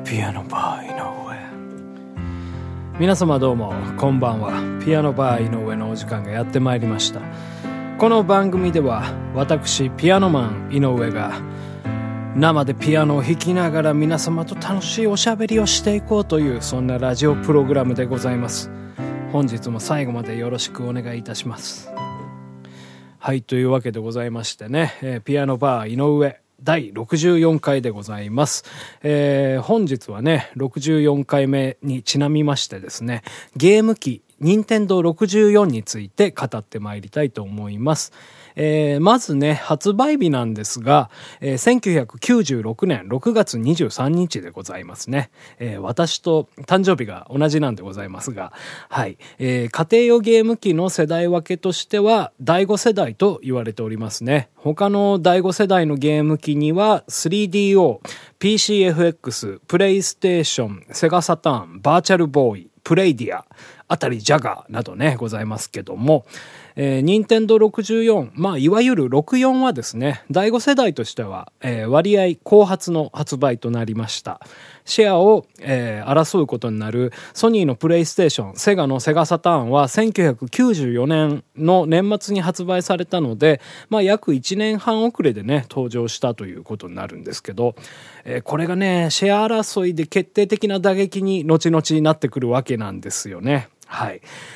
ピアノバー井上。皆様どうもこんばんは。ピアノバー井上のお時間がやってまいりました。この番組では私ピアノマン井上が生でピアノを弾きながら皆様と楽しいおしゃべりをしていこうという、そんなラジオプログラムでございます。本日も最後までよろしくお願いいたします。はい、というわけでございましてね、ピアノバー井上第64回でございます。本日はね64回目にちなみましてですね、ゲーム機任天堂64について語ってまいりたいと思います。まずね発売日なんですが、1996年6月23日でございますね。私と誕生日が同じなんでございますが、はい、家庭用ゲーム機の世代分けとしては第5世代と言われておりますね。他の第5世代のゲーム機には 3DO、PCFX、プレイステーション、セガサターン、バーチャルボーイ、プレイディア、あたりジャガーなどねございますけども、任天堂64、いわゆる64はですね、第5世代としては、割合後発の発売となりました。シェアを、争うことになるソニーのプレイステーション、セガのセガサターンは1994年の年末に発売されたので、約1年半遅れでね登場したということになるんですけど、これがねシェア争いで決定的な打撃に後々なってくるわけなんですよね。はい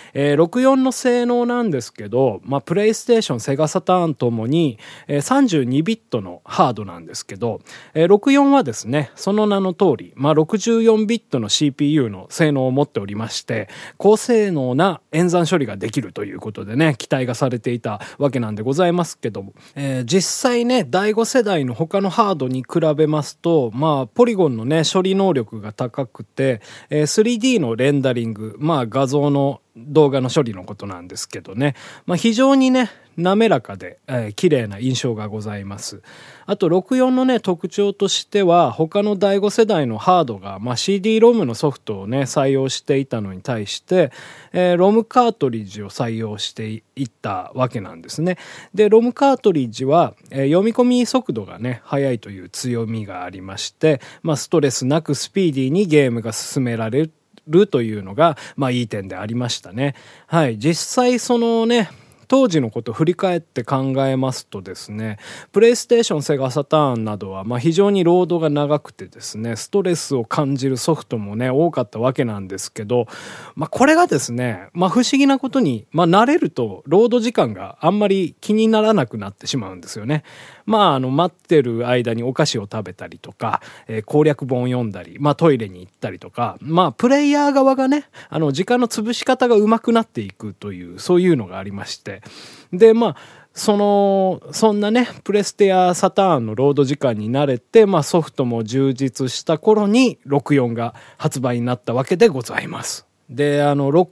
。64の性能なんですけど、プレイステーション、セガサターンともに、32ビットのハードなんですけど、64はですね、その名の通り、64ビットの CPU の性能を持っておりまして、高性能な演算処理ができるということでね、期待がされていたわけなんでございますけども、実際ね、第5世代の他のハードに比べますと、ポリゴンのね、処理能力が高くて、3D のレンダリング、画像の動画の処理のことなんですけどね、非常にね滑らかで、綺麗な印象がございます。あと64のね特徴としては、他の第5世代のハードが、CD-ROM のソフトをね採用していたのに対して、ROM カートリッジを採用していったわけなんですね。で ROM カートリッジは、読み込み速度がね速いという強みがありまして、ストレスなくスピーディーにゲームが進められるというのがいい点でありましたね。はい、実際そのね当時のことを振り返って考えますとですね、プレイステーション、セガサターンなどは非常にロードが長くてですね、ストレスを感じるソフトもね多かったわけなんですけど、これがですね、不思議なことに慣れるとロード時間があんまり気にならなくなってしまうんですよね。待ってる間にお菓子を食べたりとか、攻略本を読んだり、トイレに行ったりとか、プレイヤー側がね時間の潰し方が上手くなっていくという、そういうのがありまして、でそんなねプレステやサターンのロード時間に慣れて、ソフトも充実した頃に64が発売になったわけでございます。で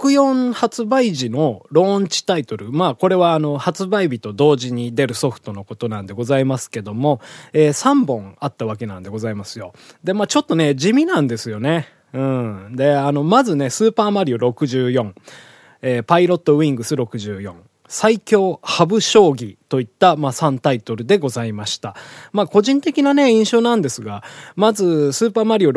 64発売時のローンチタイトル、これは発売日と同時に出るソフトのことなんでございますけども、3本あったわけなんでございますよ。でちょっとね地味なんですよね。でまずねスーパーマリオ64、パイロットウィングス64、最強ハブ将棋といった、3タイトルでございました。個人的なね印象なんですが、まずスーパーマリオ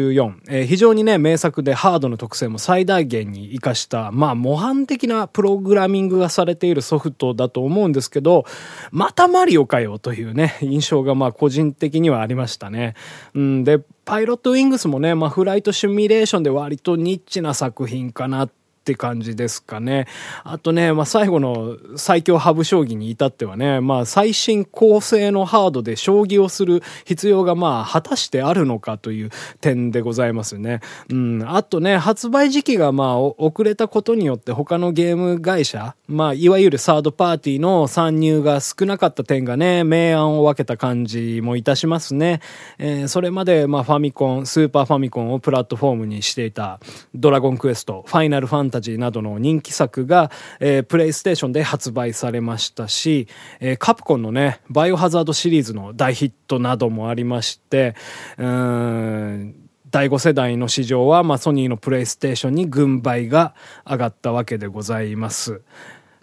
64、非常にね名作でハードの特性も最大限に活かした、模範的なプログラミングがされているソフトだと思うんですけど、またマリオかよというね印象が個人的にはありましたね。でパイロットウィングスもね、フライトシミュレーションで割とニッチな作品かなって感じですかね。あとね、最後の最強ハブ将棋に至ってはね、最新高性能ハードで将棋をする必要が果たしてあるのかという点でございますね。あとね、発売時期が遅れたことによって他のゲーム会社、いわゆるサードパーティーの参入が少なかった点がね、明暗を分けた感じもいたしますね。それまでファミコン、スーパーファミコンをプラットフォームにしていたドラゴンクエスト、ファイナルファンタジーなどの人気作が、プレイステーションで発売されましたし、カプコンのねバイオハザードシリーズの大ヒットなどもありまして、第5世代の市場は、ソニーのプレイステーションに軍配が上がったわけでございます。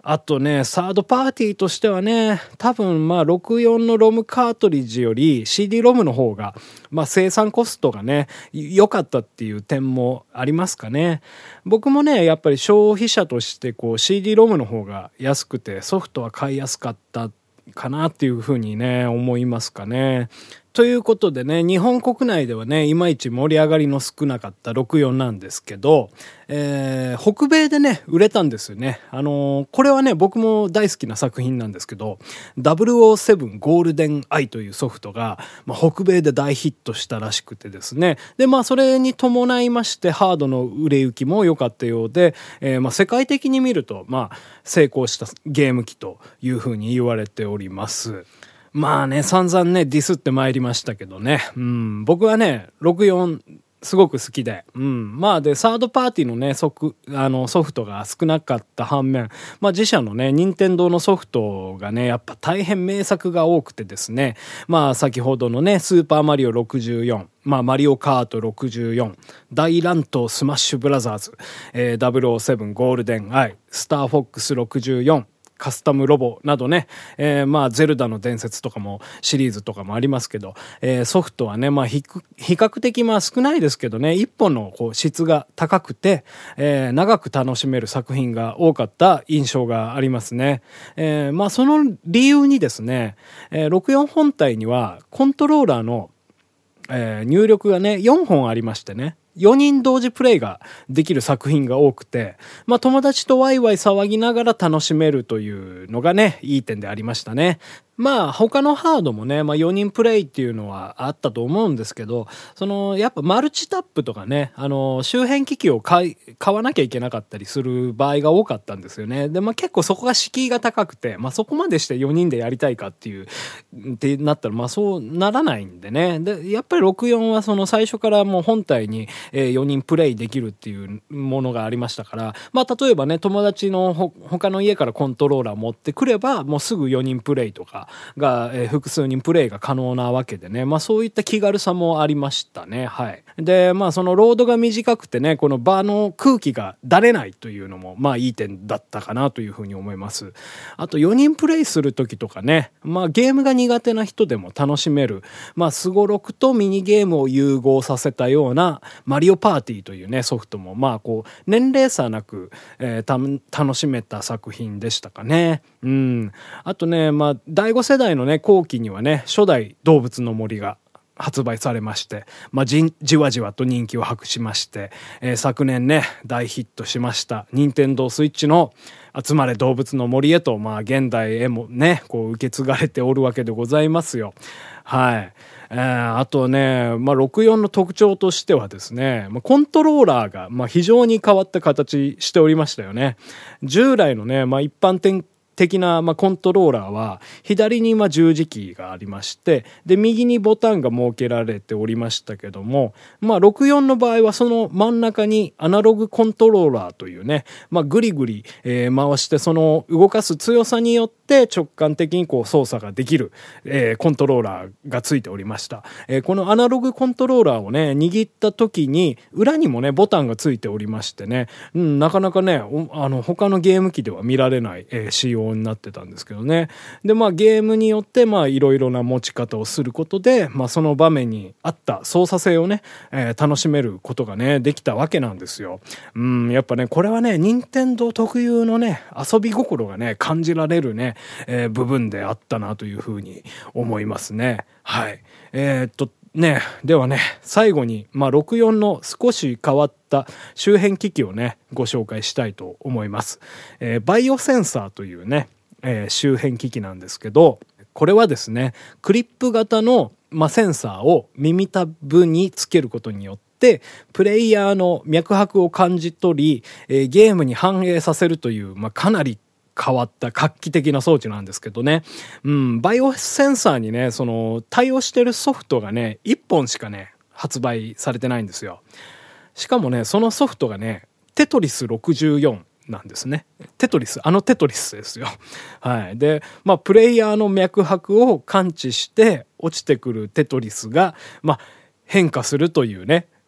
あとね、サードパーティーとしてはね、多分64のロムカートリッジより CD ロムの方が、生産コストがね、良かったっていう点もありますかね。僕もね、やっぱり消費者としてCD ロムの方が安くてソフトは買いやすかったかなっていうふうにね、思いますかね。ということでね、日本国内ではね、いまいち盛り上がりの少なかった64なんですけど、北米でね、売れたんですよね。これはね、僕も大好きな作品なんですけど、007ゴールデンアイというソフトが、北米で大ヒットしたらしくてですね。で、それに伴いまして、ハードの売れ行きも良かったようで、世界的に見ると、成功したゲーム機というふうに言われております。散々ね、ディスってまいりましたけどね。僕はね、64すごく好きで。で、サードパーティーのね、ソフトが少なかった反面、自社のね、任天堂のソフトがね、やっぱ大変名作が多くてですね。先ほどのね、スーパーマリオ64、マリオカート64、大乱闘スマッシュブラザーズ、007ゴールデンアイ、スターフォックス64、カスタムロボなどね、ゼルダの伝説とかもシリーズとかもありますけど、ソフトはね、比較的少ないですけどね、一本の質が高くて、長く楽しめる作品が多かった印象がありますね。その理由にですね、64本体にはコントローラーの、入力がね、4本ありましてね、4人同時プレイができる作品が多くて、友達とワイワイ騒ぎながら楽しめるというのがね、いい点でありましたね。他のハードもね、4人プレイっていうのはあったと思うんですけど、やっぱマルチタップとかね、周辺機器を買わなきゃいけなかったりする場合が多かったんですよね。で、結構そこが敷居が高くて、そこまでして4人でやりたいかってなったら、そうならないんでね。で、やっぱり64は最初からもう本体に、4人プレイできるっていうものがありましたから、例えばね、友達の他の家からコントローラー持ってくれば、もうすぐ4人プレイとかが、複数人プレイが可能なわけでね、そういった気軽さもありましたね。はい。で、そのロードが短くてね、この場の空気がだれないというのも、いい点だったかなというふうに思います。あと4人プレイするときとかね、ゲームが苦手な人でも楽しめる、スゴロクとミニゲームを融合させたようなマリオパーティーというね、ソフトも、年齢差なく、楽しめた作品でしたかね。あとね、第5世代のね、後期にはね、初代動物の森が発売されまして、じわじわと人気を博しまして、昨年ね、大ヒットしました。任天堂スイッチの集まれ動物の森へと、現代へもね、受け継がれておるわけでございますよ。はい。あとね、64の特徴としてはですね、コントローラーが、非常に変わった形しておりましたよね。従来のね、一般的な、コントローラーは左に十字キーがありまして、で右にボタンが設けられておりましたけども、64の場合はその真ん中にアナログコントローラーというね、ぐりぐり、回してその動かす強さによって直感的に操作ができる、コントローラーがついておりました。このアナログコントローラーをね、握った時に裏にもねボタンがついておりましてね、なかなかね他のゲーム機では見られない、仕様になってたんですけどね。でゲームによっていろいろな持ち方をすることで、その場面に合った操作性をね、楽しめることがねできたわけなんですよ。やっぱねこれはね任天堂特有のね遊び心がね感じられるね、部分であったなというふうに思いますね。はい。ではね、最後に、64の少し変わった周辺機器をね、ご紹介したいと思います。バイオセンサーというね、周辺機器なんですけど、これはですね、クリップ型の、センサーを耳たぶにつけることによって、プレイヤーの脈拍を感じ取り、ゲームに反映させるという、かなり変わった画期的な装置なんですけどね。バイオセンサーにね、対応してるソフトがね、1本しかね、発売されてないんですよ。しかもね、そのソフトがね、テトリス64なんですね。テトリスですよ。はい。で、プレイヤーの脈拍を感知して落ちてくるテトリスが、変化するというね、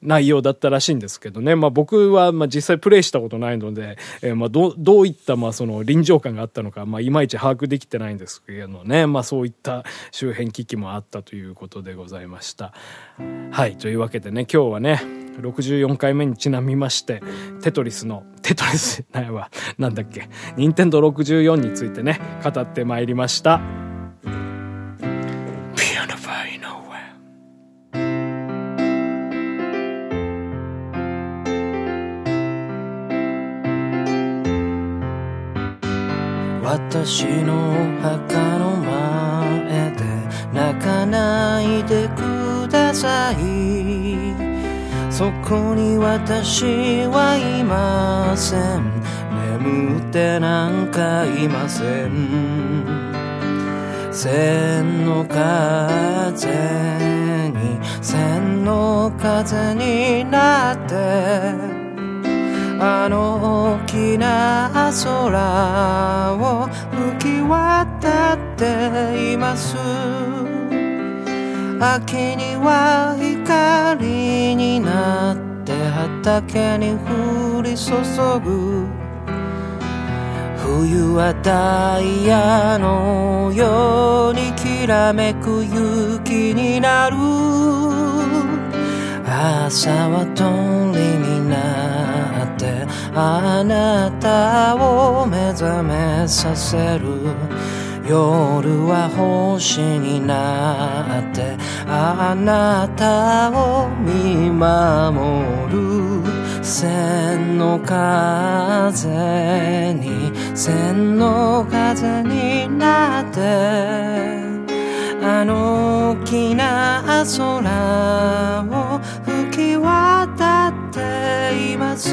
内容だったらしいんですけどね。僕は実際プレイしたことないので、どういったその臨場感があったのか、いまいち把握できてないんですけどね。そういった周辺機器もあったということでございました。はい。というわけでね、今日はね、64回目にちなみまして、テトリスなんだっけ、任天堂64についてね、語ってまいりました。Piano by Nowhere。私の墓の前で泣かないでください。そこに私はいません。眠ってなんかいません。千の風になってあの大きな空を吹き渡っています。秋には光になって畑に降り注ぐ。冬はダイヤのようにきらめく雪になる。朝は鳥になってあなたを目覚めさせる。夜は星になってあなたを見守る。千の風になってあの大きな空を吹き渡っています。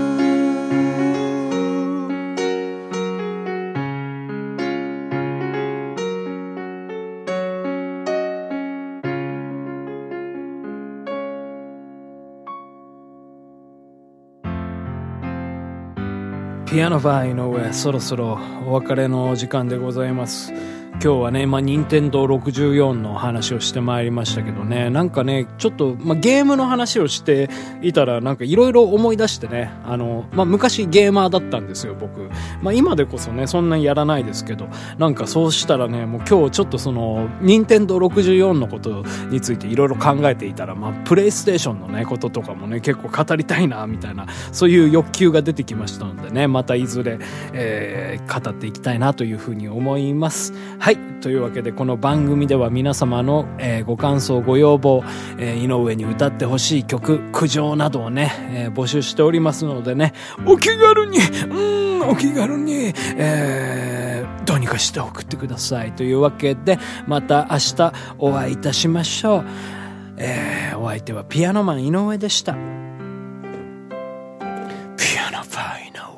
ピアノバイの上、そろそろお別れの時間でございます。今日はね、任天堂64の話をしてまいりましたけどね、なんかね、ちょっと、ゲームの話をしていたら、なんかいろいろ思い出してね、昔ゲーマーだったんですよ、僕。今でこそね、そんなにやらないですけど、なんかそうしたらね、もう今日ちょっとその、任天堂64のことについていろいろ考えていたら、プレイステーションのね、こととかもね、結構語りたいな、みたいな、そういう欲求が出てきましたのでね、またいずれ、語っていきたいなというふうに思います。はい。というわけでこの番組では皆様の、ご感想ご要望、井上に歌ってほしい曲苦情などをね、募集しておりますのでね、お気軽にどうにかして送ってください。というわけでまた明日お会いいたしましょう。お相手はピアノマン井上でした。ピアノバイ井上。